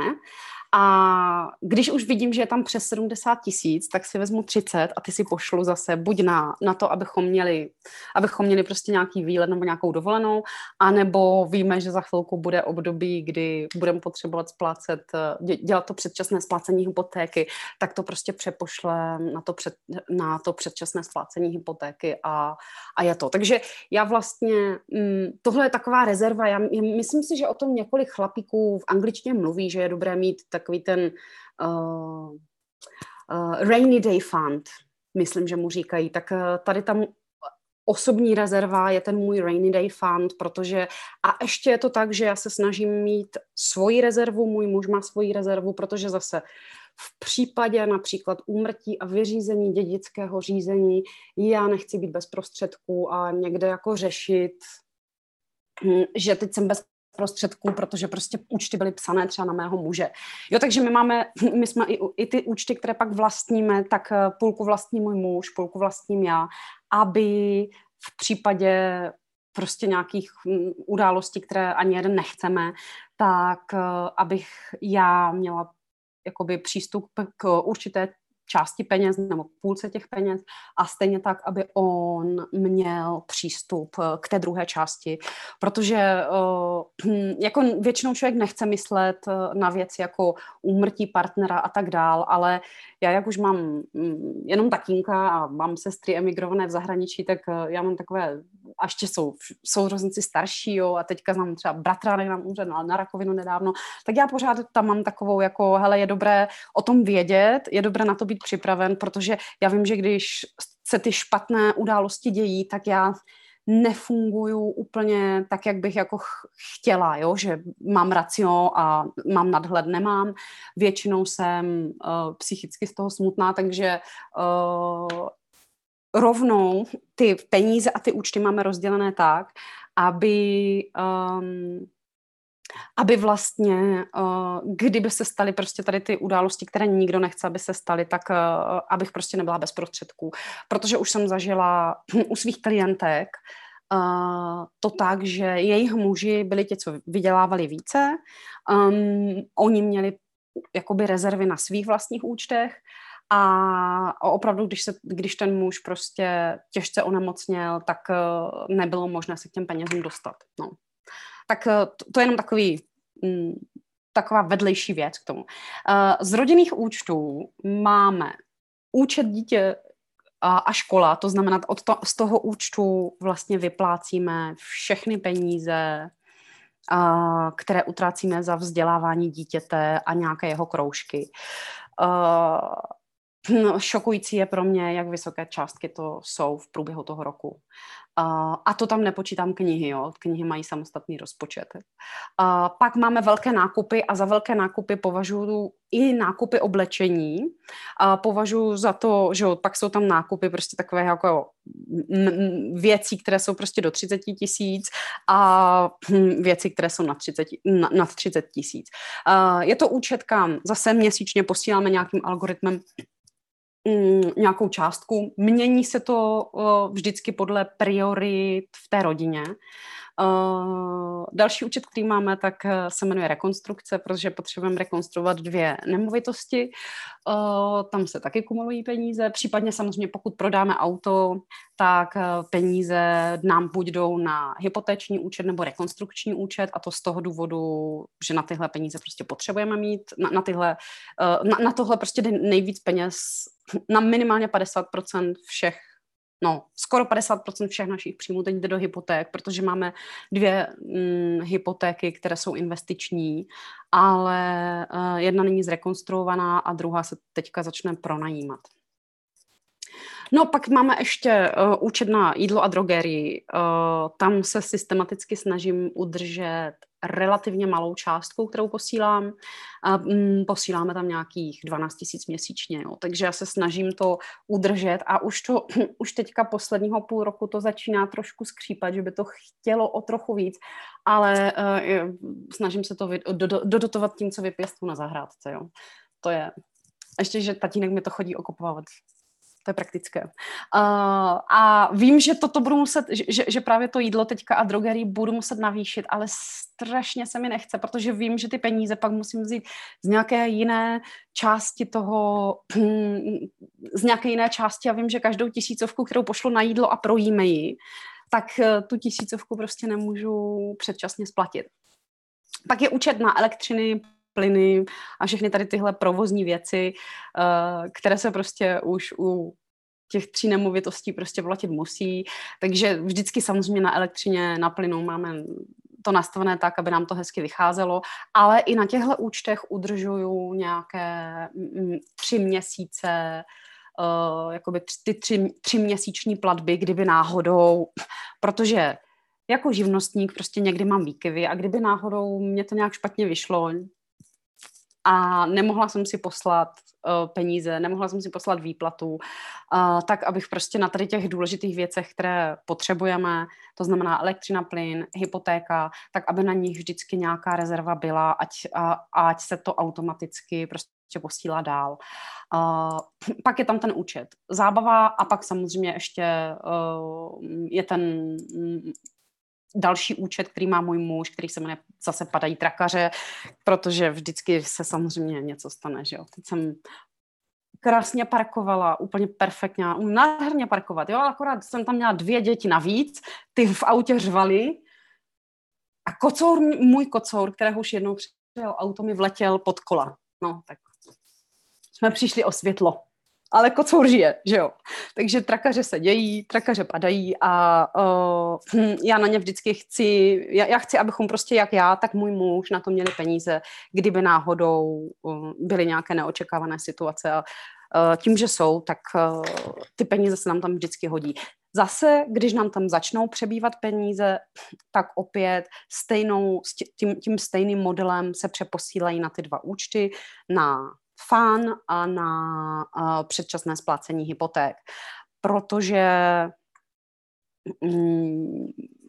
A když už vidím, že je tam přes sedmdesát tisíc, tak si vezmu třicet a ty si pošlu zase buď na, na to, abychom měli, abychom měli prostě nějaký výlet nebo nějakou dovolenou, anebo víme, že za chvilku bude období, kdy budeme potřebovat splácet, dělat to předčasné splácení hypotéky, tak to prostě přepošle na to, před, na to předčasné splácení hypotéky a, a je to. Takže já vlastně, hm, tohle je taková rezerva, já myslím si, že o tom několik chlapíků v angličtině mluví, že je dobré mít tak takový ten uh, uh, rainy day fund, myslím, že mu říkají, tak uh, tady tam osobní rezerva je ten můj rainy day fund, protože a ještě je to tak, že já se snažím mít svoji rezervu, můj muž má svoji rezervu, protože zase v případě například úmrtí a vyřízení dědického řízení já nechci být bez prostředků a někde jako řešit, že teď jsem bez prostředků, protože prostě účty byly psané třeba na mého muže. Jo, takže my máme, my jsme i, i ty účty, které pak vlastníme, tak půlku vlastní můj muž, půlku vlastním já, aby v případě prostě nějakých událostí, které ani jeden nechceme, tak abych já měla jakoby přístup k určité části peněz nebo půlce těch peněz a stejně tak, aby on měl přístup k té druhé části, protože jako většinou člověk nechce myslet na věci jako úmrtí partnera a tak dál, ale já jak už mám jenom tatínka a mám sestry emigrované v zahraničí, tak já mám takové, a ještě jsou sourozenci starší, jo, a teďka znám třeba bratránek nám umřel na, na rakovinu nedávno, tak já pořád tam mám takovou jako, hele, je dobré o tom vědět, je dobré na to být připraven, protože já vím, že když se ty špatné události dějí, tak já nefunguju úplně tak, jak bych jako chtěla, jo? Že mám racio a mám nadhled, nemám. Většinou jsem uh, psychicky z toho smutná, takže uh, rovnou ty peníze a ty účty máme rozdělené tak, aby... Um, aby vlastně, uh, kdyby se staly prostě tady ty události, které nikdo nechce, aby se staly, tak uh, abych prostě nebyla bez prostředků. Protože už jsem zažila u svých klientek uh, to tak, že jejich muži byli ti, co vydělávali více, um, oni měli jakoby rezervy na svých vlastních účtech a opravdu, když, se, když ten muž prostě těžce onemocněl, tak uh, nebylo možné se k těm penězům dostat. No. Tak to je jenom takový, taková vedlejší věc k tomu. Z rodinných účtů máme účet dítě a škola, to znamená, od to, z toho účtu vlastně vyplácíme všechny peníze, které utrácíme za vzdělávání dítěte a nějaké jeho kroužky. No, šokující je pro mě, jak vysoké částky to jsou v průběhu toho roku. Uh, a to tam nepočítám knihy, jo. Knihy mají samostatný rozpočet. Uh, pak máme velké nákupy a za velké nákupy považuji i nákupy oblečení. Uh, považuji za to, že jo, pak jsou tam nákupy prostě takové jako m- věcí, které jsou prostě do třicet tisíc a hm, věci, které jsou nad třicet, na, nad třicet tisíc. Uh, je to účet, kam zase měsíčně posíláme nějakým algoritmem nějakou částku. Mění se to uh, vždycky podle priorit v té rodině. Uh, další účet, který máme, tak se jmenuje rekonstrukce, protože potřebujeme rekonstruovat dvě nemovitosti. Uh, tam se taky kumulují peníze. Případně samozřejmě, pokud prodáme auto, tak peníze nám buď jdou na hypotéční účet nebo rekonstrukční účet a to z toho důvodu, že na tyhle peníze prostě potřebujeme mít. Na, na, tyhle, uh, na, na tohle prostě jde nejvíc peněz, na minimálně padesát procent všech, no skoro padesát procent všech našich příjmů teď jde do hypoték, protože máme dvě mm, hypotéky, které jsou investiční, ale uh, jedna není zrekonstruovaná a druhá se teďka začne pronajímat. No, pak máme ještě uh, účet na jídlo a drogerii. Uh, tam se systematicky snažím udržet relativně malou částku, kterou posílám. Uh, um, posíláme tam nějakých dvanáct tisíc měsíčně, jo. Takže já se snažím to udržet a už, to, už teďka posledního půl roku to začíná trošku skřípat, že by to chtělo o trochu víc, ale uh, snažím se to vy, do, do, dodotovat tím, co vypěstu na zahrádce. Jo. To je... Ještě, že tatínek mi to chodí okopovat. To je praktické. Uh, a vím, že toto budu muset, že, že právě to jídlo teďka a drogerii budu muset navýšit, ale strašně se mi nechce, protože vím, že ty peníze pak musím vzít z nějaké jiné části toho, z nějaké jiné části a vím, že každou tisícovku, kterou pošlu na jídlo a projíme ji, tak tu tisícovku prostě nemůžu předčasně splatit. Pak je účet na elektřiny, plyny a všechny tady tyhle provozní věci, uh, které se prostě už u těch tří nemovitostí prostě platit musí. Takže vždycky samozřejmě na elektřině, na plynu máme to nastavené tak, aby nám to hezky vycházelo, ale i na těchto účtech udržuju nějaké mm, tři měsíce, uh, jakoby ty tři, tři měsíční platby, kdyby náhodou, protože jako živnostník prostě někdy mám výkyvy a kdyby náhodou mě to nějak špatně vyšlo, a nemohla jsem si poslat uh, peníze, nemohla jsem si poslat výplatu, uh, tak abych prostě na tady těch důležitých věcech, které potřebujeme, to znamená elektřina, plyn, hypotéka, tak aby na nich vždycky nějaká rezerva byla, ať, uh, ať se to automaticky prostě posílá dál. Uh, pak je tam ten účet zábava a pak samozřejmě ještě uh, je ten... další účet, který má můj muž, který se jmenuje zase Padají trakaře, protože vždycky se samozřejmě něco stane, že jo. Teď jsem krásně parkovala, úplně perfektně, nádherně parkovat, jo, akorát jsem tam měla dvě děti navíc, ty v autě řvaly a kocour, můj kocour, kterého už jednou přijel auto, mi vletěl pod kola. No, tak jsme přišli o světlo. Ale kocour žije, že jo. Takže trakaře se dějí, trakaře padají a uh, já na ně vždycky chci, já, já chci, abychom prostě jak já, tak můj muž na to měli peníze, kdyby náhodou uh, byly nějaké neočekávané situace a uh, tím, že jsou, tak uh, ty peníze se nám tam vždycky hodí. Zase, když nám tam začnou přebývat peníze, tak opět stejnou, tím, tím stejným modelem se přeposílají na ty dva účty, na fán a na uh, předčasné splácení hypoték. Protože mm,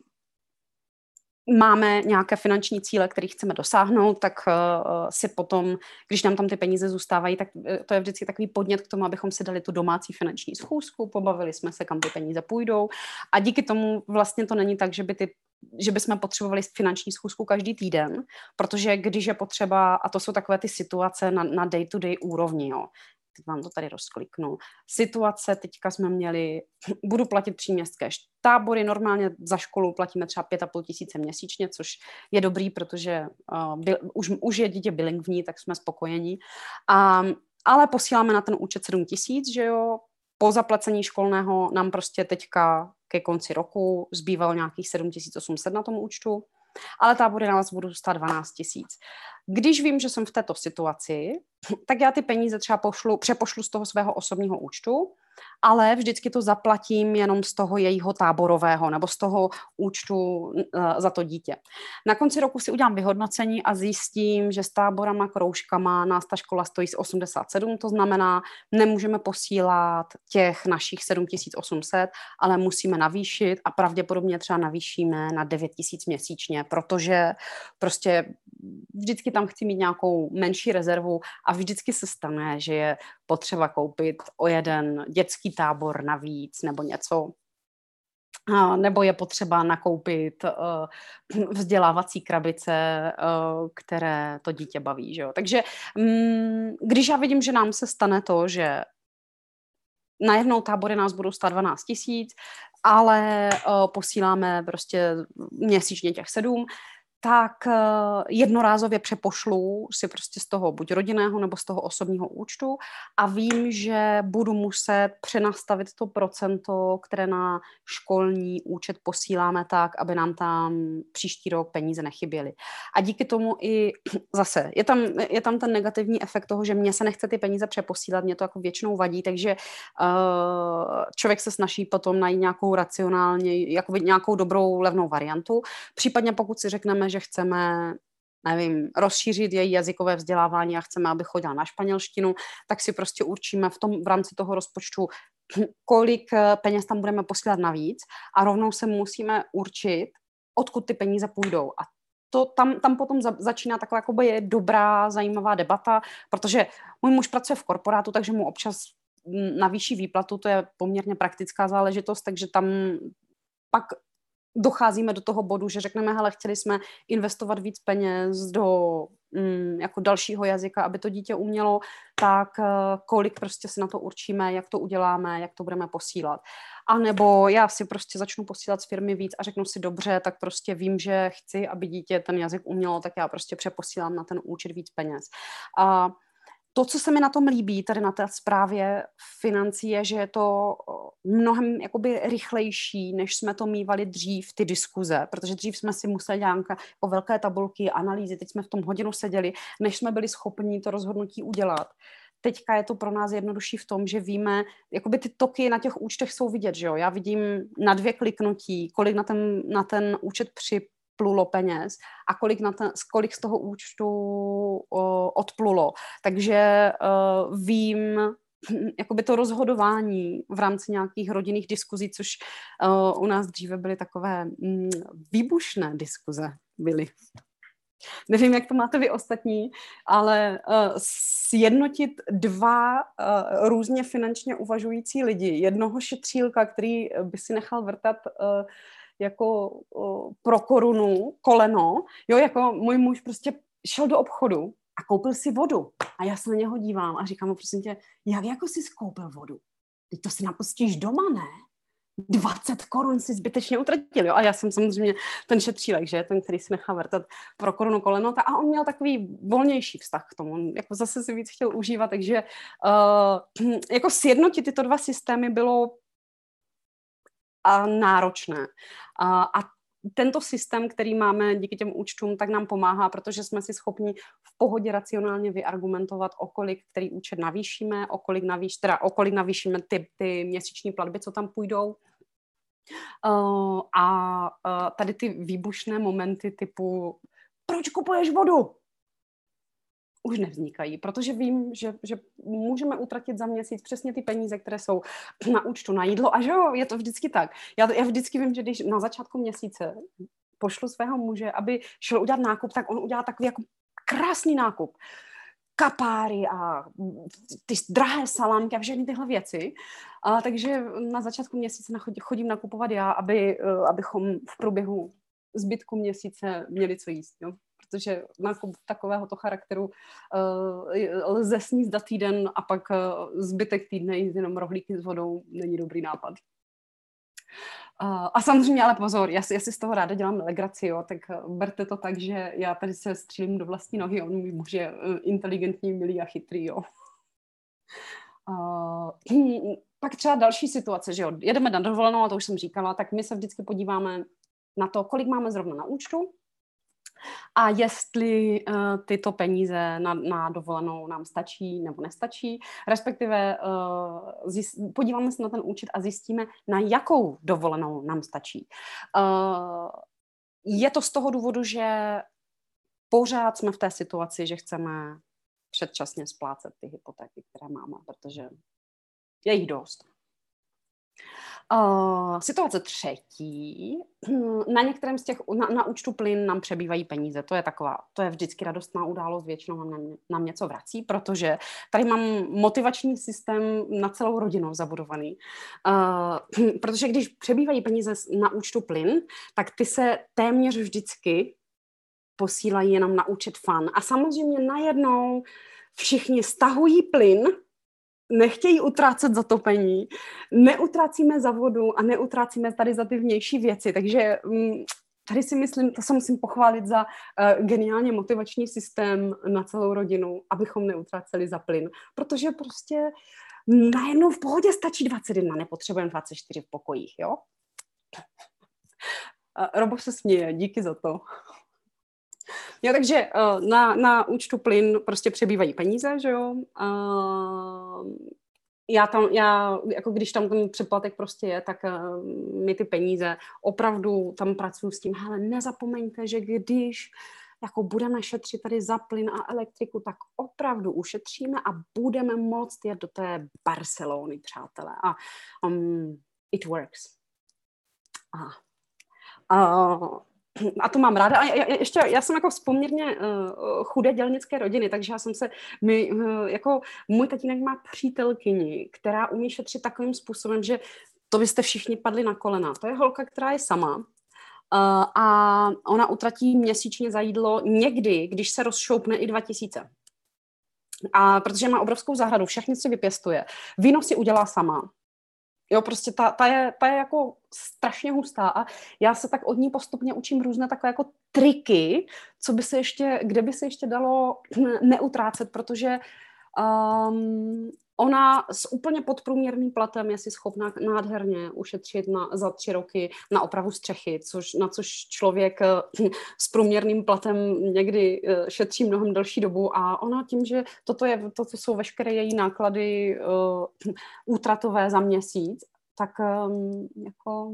máme nějaké finanční cíle, které chceme dosáhnout, tak uh, si potom, když nám tam ty peníze zůstávají, tak to je vždycky takový podnět k tomu, abychom si dali tu domácí finanční schůzku, pobavili jsme se, kam ty peníze půjdou a díky tomu vlastně to není tak, že by ty že bychom potřebovali finanční schůzku každý týden, protože když je potřeba, a to jsou takové ty situace na, na day-to-day úrovni, jo. Teď vám to tady rozkliknu. Situace, teďka jsme měli, budu platit příměstské tábory, normálně za školu platíme třeba pět a půl tisíce měsíčně, což je dobrý, protože uh, byl, už, už je dítě bilingvní, tak jsme spokojení. Um, ale posíláme na ten účet sedm tisíc, že jo, po zaplacení školného nám prostě teďka ke konci roku zbývalo nějakých sedm tisíc osm set na tom účtu, ale tábory na vás budou stát dvanáct tisíc. Když vím, že jsem v této situaci, tak já ty peníze třeba pošlu, přepošlu z toho svého osobního účtu, ale vždycky to zaplatím jenom z toho jejího táborového nebo z toho účtu uh, za to dítě. Na konci roku si udělám vyhodnocení a zjistím, že s táborama, kroužkama nás ta škola stojí z osmdesát sedm, to znamená, nemůžeme posílat těch našich sedm tisíc osm set, ale musíme navýšit a pravděpodobně třeba navýšíme na devět tisíc měsíčně, protože prostě vždycky tam chci mít nějakou menší rezervu a vždycky se stane, že je potřeba koupit o jeden dětský tábor navíc nebo něco. A nebo je potřeba nakoupit uh, vzdělávací krabice, uh, které to dítě baví. Že jo? Takže um, když já vidím, že nám se stane to, že najednou tábory nás budou stát dvanáct tisíc, ale uh, posíláme prostě měsíčně těch sedm, tak jednorázově přepošlu si prostě z toho buď rodinného nebo z toho osobního účtu a vím, že budu muset přenastavit to procento, které na školní účet posíláme tak, aby nám tam příští rok peníze nechyběly. A díky tomu i zase je tam, je tam ten negativní efekt toho, že mně se nechce ty peníze přeposílat, mě to jako většinou vadí, takže uh, člověk se snaží potom najít nějakou racionálně, jakoby nějakou dobrou levnou variantu. Případně pokud si řekneme, že chceme, nevím, rozšířit její jazykové vzdělávání a chceme, aby chodila na španělštinu, tak si prostě určíme v tom v rámci toho rozpočtu, kolik peněz tam budeme posílat navíc a rovnou se musíme určit, odkud ty peníze půjdou. A to tam, tam potom za, začíná taková jakoby je dobrá, zajímavá debata, protože můj muž pracuje v korporátu, takže mu občas navýší výplatu, to je poměrně praktická záležitost, takže tam pak docházíme do toho bodu, že řekneme, hele, chtěli jsme investovat víc peněz do mm, jako dalšího jazyka, aby to dítě umělo, tak uh, kolik prostě si na to určíme, jak to uděláme, jak to budeme posílat. A nebo já si prostě začnu posílat z firmy víc a řeknu si dobře, tak prostě vím, že chci, aby dítě ten jazyk umělo, tak já prostě přeposílám na ten účet víc peněz. A to, co se mi na tom líbí, tady na té zprávě financí, je, že je to mnohem jakoby rychlejší, než jsme to mívali dřív, ty diskuze, protože dřív jsme si museli dělat jako velké tabulky, analýzy, teď jsme v tom hodinu seděli, než jsme byli schopni to rozhodnutí udělat. Teďka je to pro nás jednodušší v tom, že víme, jakoby ty toky na těch účtech jsou vidět, že jo? Já vidím na dvě kliknutí, kolik na ten, na ten účet při plulo peněz a kolik, na ten, kolik z toho účtu o, odplulo. Takže uh, vím jakoby to rozhodování v rámci nějakých rodinných diskuzí, což uh, u nás dříve byly takové mm, výbušné diskuze byly. Nevím, jak to máte vy ostatní, ale uh, sjednotit dva uh, různě finančně uvažující lidi, jednoho šetřílka, který by si nechal vrtat uh, jako uh, pro korunu koleno, jo, jako můj muž prostě šel do obchodu a koupil si vodu. A já se na něho dívám a říkám mu, prosím tě, jak jako jsi koupil vodu? Teď to si napustíš doma, ne? dvacet korun si zbytečně utratil, jo? A já jsem samozřejmě ten šetřílek, že? Ten, který si nechá vrtat pro korunu koleno. A on měl takový volnější vztah k tomu. On jako zase si víc chtěl užívat, takže uh, jako sjednotit tyto dva systémy bylo a náročné. A, a tento systém, který máme díky těm účtům, tak nám pomáhá, protože jsme si schopni v pohodě racionálně vyargumentovat, o kolik který účet navýšíme, o kolik, navýš, teda, o kolik navýšíme ty, ty měsíční platby, co tam půjdou. Uh, a uh, tady ty výbušné momenty typu proč kupuješ vodu? Už nevznikají, protože vím, že, že můžeme utratit za měsíc přesně ty peníze, které jsou na účtu na jídlo. A že jo, je to vždycky tak. Já, já vždycky vím, že když na začátku měsíce pošlu svého muže, aby šel udělat nákup, tak on udělá takový jako krásný nákup. Kapáry a ty drahé salámky a všechny tyhle věci. A, takže na začátku měsíce chodím nakupovat já, aby, abychom v průběhu zbytku měsíce měli co jíst. Jo? Protože nákup takovéhoto charakteru uh, lze sníst za týden a pak uh, zbytek týdne jíst jenom rohlíky s vodou není dobrý nápad. Uh, a samozřejmě, ale pozor, já si, já si z toho ráda dělám legraci, jo, tak berte to tak, že já tady se střílím do vlastní nohy, on můj muž je uh, inteligentní, milý a chytrý, jo. Uh, pak třeba další situace, že jo, jedeme na dovolenou, a to už jsem říkala, tak my se vždycky podíváme na to, kolik máme zrovna na účtu, a jestli uh, tyto peníze na, na dovolenou nám stačí nebo nestačí, respektive uh, zjist, podíváme se na ten účet a zjistíme, na jakou dovolenou nám stačí. Uh, je to z toho důvodu, že pořád jsme v té situaci, že chceme předčasně splácet ty hypotéky, které máme, protože je jich dost. Uh, situace třetí. Na některém z těch, na, na účtu plyn nám přebývají peníze. To je taková, to je vždycky radostná událost, většinou nám, nám něco vrací, protože tady mám motivační systém na celou rodinu zabudovaný. Uh, protože když přebývají peníze na účtu plyn, tak ty se téměř vždycky posílají jenom na účet fan. A samozřejmě najednou všichni stahují plyn, nechtějí utrácet za topení, neutrácíme za vodu a neutrácíme tady za ty vnější věci. Takže tady si myslím, to se musím pochválit za uh, geniálně motivační systém na celou rodinu, abychom neutráceli za plyn. Protože prostě najednou v pohodě stačí dvacet jedna, nepotřebujeme dvacet čtyři v pokojích, jo? Uh, Robo se směje, díky za to. Jo, takže uh, na, na účtu plyn prostě přebývají peníze, že jo. Uh, já tam, já, jako když tam ten předplatek prostě je, tak uh, my ty peníze opravdu tam pracuji s tím, hele, nezapomeňte, že když jako budeme šetřit tady za plyn a elektriku, tak opravdu ušetříme a budeme moct jet do té Barcelony, přátelé. A um, it works. Aha. Uh, A to mám ráda. A já, ještě, já jsem jako z poměrně uh, chudé dělnické rodiny, takže já jsem se, my, uh, jako můj tatínek má přítelkyni, která umí šetřit takovým způsobem, že to byste všichni padli na kolena. To je holka, která je sama uh, a ona utratí měsíčně za jídlo někdy, když se rozšoupne i dva tisíce. A protože má obrovskou zahradu, všechny si vypěstuje. Víno si udělá sama. Jo, prostě ta, ta, je, ta je jako strašně hustá a já se tak od ní postupně učím různé takové jako triky, co by se ještě, kde by se ještě dalo neutrácet, protože um, ona s úplně podprůměrným platem je si schopná nádherně ušetřit na, za tři roky na opravu střechy, což, na což člověk s průměrným platem někdy šetří mnohem delší dobu a ona tím, že toto, je, toto jsou veškeré její náklady uh, útratové za měsíc, tak um, jako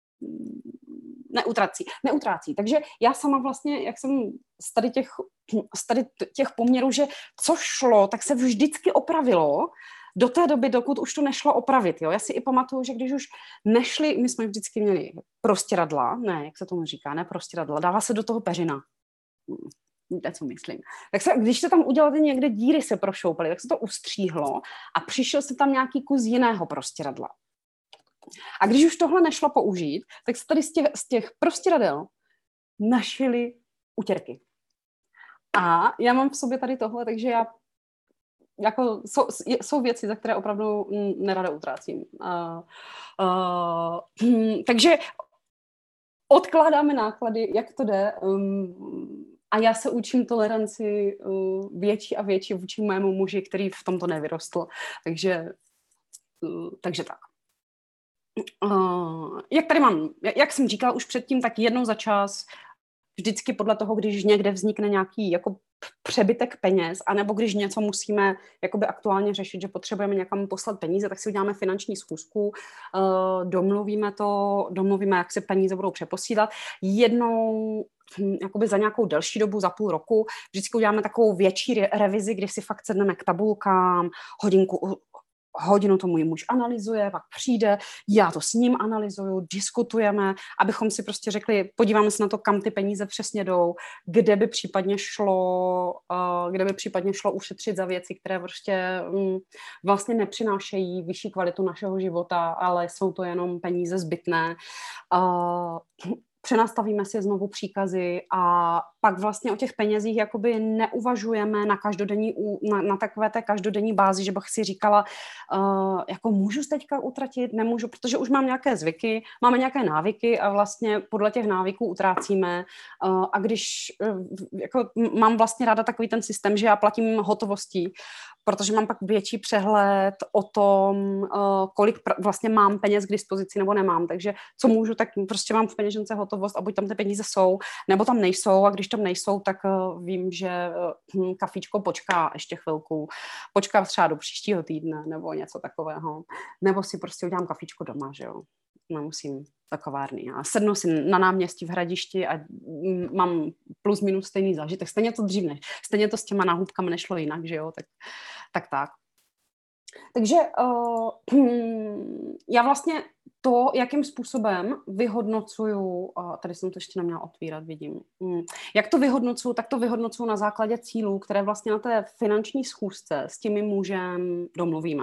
neutrácí, neutrácí. Takže já sama vlastně, jak jsem z tady těch, z tady těch poměrů, že co šlo, tak se vždycky opravilo do té doby, dokud už to nešlo opravit. Jo? Já si i pamatuju, že když už nešli, my jsme vždycky měli prostěradla, ne, jak se tomu říká, ne prostěradla, dává se do toho peřina. Víte, co myslím. Tak se, když se tam udělali někde díry se prošoupaly, tak se to ustříhlo a přišel se tam nějaký kus jiného prostěradla. A když už tohle nešlo použít, tak se tady z těch, z těch prostěradel našily utěrky. A já mám v sobě tady tohle, takže já jako jsou, jsou věci, za které opravdu nerada utrácím. Uh, uh, takže odkládáme náklady, jak to jde. Um, a já se učím toleranci uh, větší a větší vůči mému muži, který v tomto nevyrostl. Takže, uh, takže tak. Uh, jak tady mám, jak jsem říkala už předtím, tak jednou za čas, vždycky podle toho, když někde vznikne nějaký jako přebytek peněz, anebo když něco musíme jakoby aktuálně řešit, že potřebujeme někam poslat peníze, tak si uděláme finanční schůzku, uh, domluvíme to, domluvíme, jak se peníze budou přeposílat. Jednou jakoby za nějakou delší dobu, za půl roku, vždycky uděláme takovou větší re- revizi, kdy si fakt sedneme k tabulkám, hodinku hodinu to můj muž analyzuje, pak přijde, já to s ním analyzuju, diskutujeme, abychom si prostě řekli, podíváme se na to, kam ty peníze přesně jdou, kde by případně šlo, uh, kde by případně šlo ušetřit za věci, které prostě um, vlastně nepřinášejí vyšší kvalitu našeho života, ale jsou to jenom peníze zbytné. Uh, Přenastavíme si znovu příkazy a pak vlastně o těch penězích jakoby neuvažujeme na každodenní, na, na takové té každodenní bázi, že bych si říkala, uh, jako můžu teďka utratit, nemůžu, protože už mám nějaké zvyky, máme nějaké návyky a vlastně podle těch návyků utrácíme uh, a když uh, jako mám vlastně ráda takový ten systém, že já platím hotovostí, protože mám pak větší přehled o tom, uh, kolik pr- vlastně mám peněz k dispozici nebo nemám, takže co můžu, tak prostě mám v peněžence hotovost a buď tam ty peníze jsou, nebo tam nejsou a když tam nejsou, tak uh, vím, že uh, kafičko počká ještě chvilku, počká třeba do příštího týdne nebo něco takového, nebo si prostě udělám kafičko doma, že jo, nemusím do kavárny. A sednu si na náměstí v Hradišti a mám plus minus stejný zážitek. Stejně to dřív než, stejně to s těma náhubkami nešlo jinak, že jo, tak tak. tak. Takže uh, já vlastně to, jakým způsobem vyhodnocuju, uh, tady jsem to ještě neměla otvírat, vidím, um, jak to vyhodnocuju, tak to vyhodnocuju na základě cílů, které vlastně na té finanční schůzce s tím mužem domluvíme.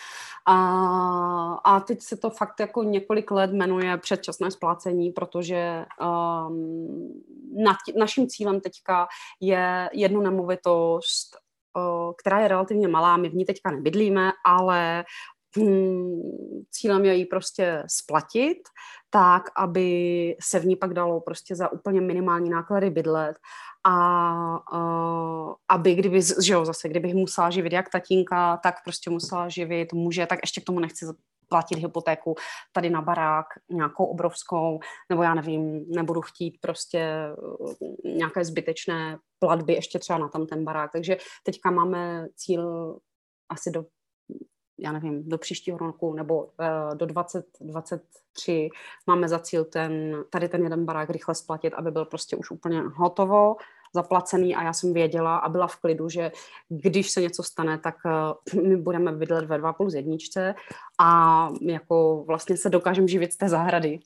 A, a teď se to fakt jako několik let jmenuje předčasné splácení, protože um, na, naším cílem teďka je jednu nemovitost, která je relativně malá, my v ní teďka nebydlíme, ale hm, cílem je ji prostě splatit tak, aby se v ní pak dalo prostě za úplně minimální náklady bydlet a uh, aby kdyby, že jo, zase, kdybych musela živit jak tatínka, tak prostě musela živit muže, tak ještě k tomu nechci platit hypotéku tady na barák nějakou obrovskou, nebo já nevím, nebudu chtít prostě nějaké zbytečné platby ještě třeba na tam ten barák. Takže teďka máme cíl asi do, já nevím, do příštího roku nebo uh, do dvacet dvacet tři máme za cíl ten, tady ten jeden barák rychle splatit, aby byl prostě už úplně hotovo, zaplacený a já jsem věděla a byla v klidu, že když se něco stane, tak uh, my budeme bydlet ve dva plus jedničce a jako vlastně se dokážeme živit z té zahrady.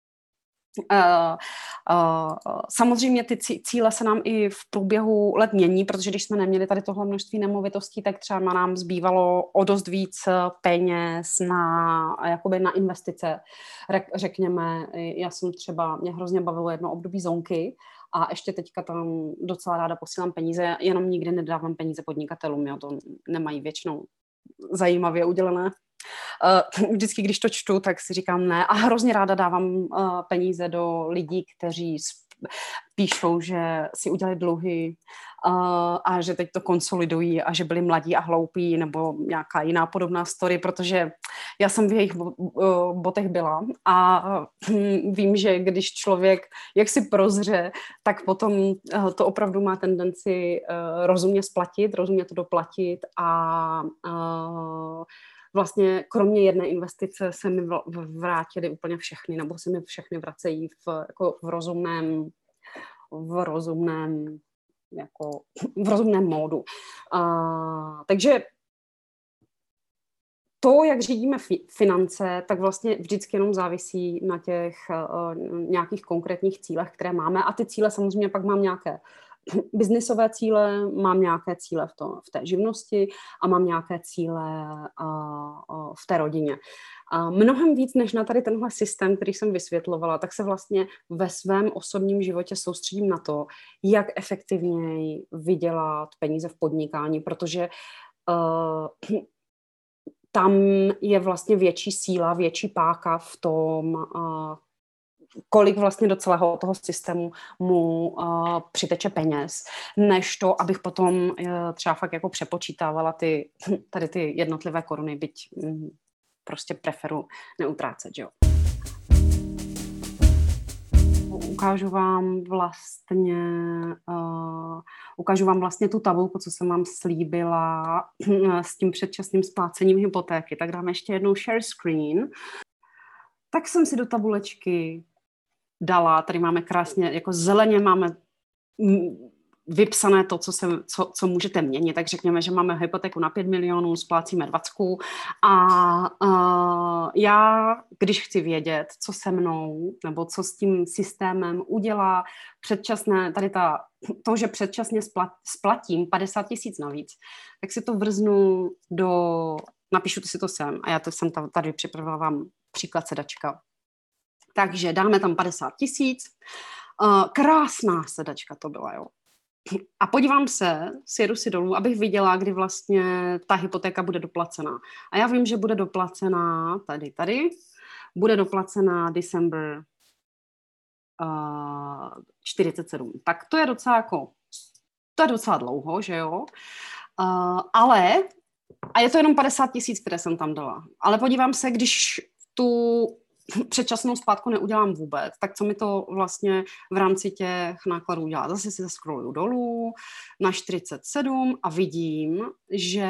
Uh, uh, samozřejmě ty cíle se nám i v průběhu let mění, protože když jsme neměli tady tohle množství nemovitostí, tak třeba na nám zbývalo o dost víc peněz na, jakoby na investice. Řekněme, já jsem třeba, mě hrozně bavilo jedno období zonky a ještě teďka tam docela ráda posílám peníze, jenom nikdy nedávám peníze podnikatelům, jo, to nemají většinou zajímavě udělené. Vždycky, když to čtu, tak si říkám ne a hrozně ráda dávám peníze do lidí, kteří píšou, že si udělali dluhy a že teď to konsolidují a že byli mladí a hloupí nebo nějaká jiná podobná story, protože já jsem v jejich botech byla a vím, že když člověk jak si prozře, tak potom to opravdu má tendenci rozumně splatit, rozumně to doplatit a vlastně kromě jedné investice se mi vrátily úplně všechny, nebo se mi všechny vracejí v, jako v rozumném, v rozumném, jako v rozumném módu. Uh, takže to, jak řídíme fi- finance, tak vlastně vždycky jenom závisí na těch uh, nějakých konkrétních cílech, které máme. A ty cíle samozřejmě pak mám nějaké biznisové cíle, mám nějaké cíle v, to, v té živnosti a mám nějaké cíle uh, uh, v té rodině. A mnohem víc než na tady tenhle systém, který jsem vysvětlovala, tak se vlastně ve svém osobním životě soustředím na to, jak efektivněji vydělat peníze v podnikání, protože uh, tam je vlastně větší síla, větší páka v tom, uh, kolik vlastně do celého toho systému mu uh, přiteče peněz, než to, abych potom uh, třeba fakt jako přepočítávala ty, tady ty jednotlivé koruny, byť um, prostě preferu neutrácet, jo. Ukážu vám vlastně uh, ukážu vám vlastně tu tabulku, co jsem vám slíbila s tím předčasným splácením hypotéky. Tak dáme ještě jednou share screen. Tak jsem si do tabulečky dala, tady máme krásně, jako zeleně máme vypsané to, co, se, co, co můžete měnit. Tak řekněme, že máme hypotéku na pět milionů, splácíme dvacet a uh, já, když chci vědět, co se mnou nebo co s tím systémem udělá předčasné, tady ta, to, že předčasně splat, splatím padesát tisíc navíc, tak si to vrznu do, napíšu si to sem a já to jsem tady připravila vám příklad sedačka. Takže dáme tam padesát tisíc. Uh, krásná sedačka to byla, jo. A podívám se, sjedu si dolů, abych viděla, kdy vlastně ta hypotéka bude doplacená. A já vím, že bude doplacená tady, tady. Bude doplacená December uh, čtyřicet sedm. Tak to je docela jako, to je docela dlouho, že jo. Uh, ale, a je to jenom padesát tisíc, které jsem tam dala. Ale podívám se, když tu předčasnou splátku neudělám vůbec, tak co mi to vlastně v rámci těch nákladů udělá? Zase si scrolluju dolů na čtyřicet sedm a vidím, že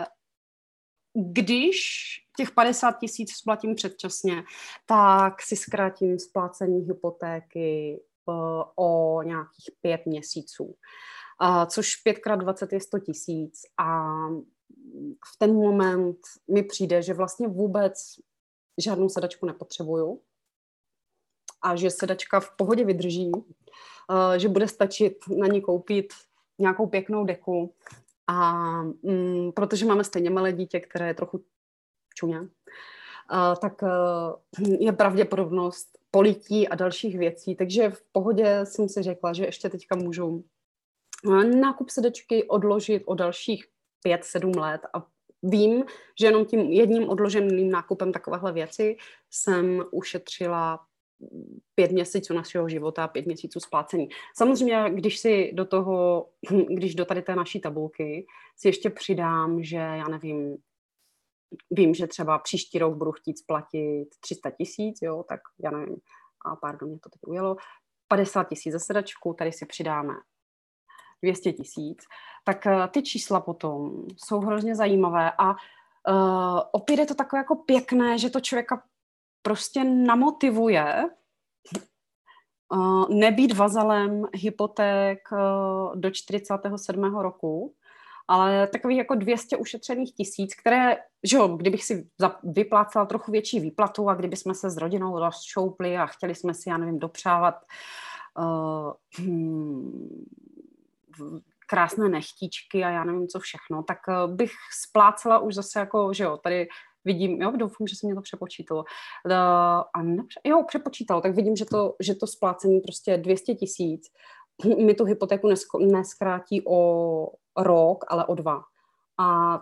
když těch padesát tisíc splatím předčasně, tak si zkrátím splácení hypotéky uh, o nějakých pět měsíců. Uh, což pět krát dvacet je sto tisíc a v ten moment mi přijde, že vlastně vůbec žádnou sedačku nepotřebuju a že sedačka v pohodě vydrží, uh, že bude stačit na ní koupit nějakou pěknou deku a um, protože máme stejně malé dítě, které je trochu čuně, uh, tak uh, je pravděpodobnost polití a dalších věcí, takže v pohodě jsem si řekla, že ještě teďka můžu nákup sedačky odložit o dalších pět sedm let a vím, že jenom tím jedním odloženým nákupem takovéhle věci jsem ušetřila pět měsíců našeho života, pět měsíců splácení. Samozřejmě, když si do toho, když do tady té naší tabulky si ještě přidám, že já nevím, vím, že třeba příští rok budu chtít splatit tři sta tisíc, jo, tak já nevím, a pardon, mě to teď ujelo, padesát tisíc za sedačku, tady si přidáme dvě stě tisíc, tak uh, ty čísla potom jsou hrozně zajímavé a uh, opět je to takové jako pěkné, že to člověka prostě namotivuje uh, nebýt vazalem hypoték uh, do čtyřicátého sedmého roku, ale takových jako dvě stě ušetřených tisíc, které, že jo, kdybych si vyplácela trochu větší výplatu a kdybychom se s rodinou rozšoupli a chtěli jsme si, já nevím, dopřávat uh, hmm, krásné nechtíčky a já nevím co všechno, tak bych splácela už zase jako, že jo, tady vidím, jo, doufám, že se mě to přepočítalo. A nepře- jo, přepočítalo, tak vidím, že to, že to splácení prostě dvě stě tisíc mi tu hypotéku nesk- neskrátí o rok, ale o dva. A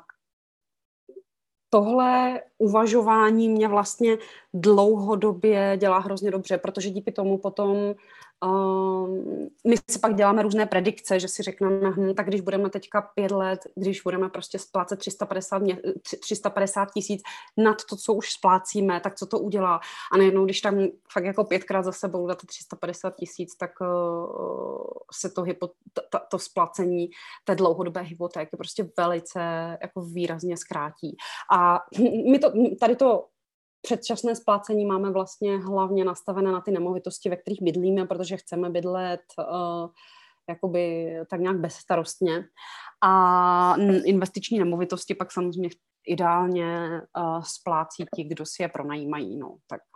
tohle uvažování mě vlastně dlouhodobě dělá hrozně dobře, protože díky tomu potom um, my si pak děláme různé predikce, že si řekneme, hm, tak když budeme teďka pět let, když budeme prostě splácet tři sta padesát tisíc nad to, co už splácíme, tak co to udělá? A najednou, když tam fakt jako pětkrát za sebou dáte tři sta padesát tisíc, tak uh, se to, hypo, to, to splácení té dlouhodobé hypotéky prostě velice jako výrazně zkrátí. A my to, tady to předčasné splácení máme vlastně hlavně nastavené na ty nemovitosti, ve kterých bydlíme, protože chceme bydlet uh, jakoby tak nějak bezstarostně. A investiční nemovitosti pak samozřejmě ideálně uh, splácí ti, kdo si je pronajímají. No. Tak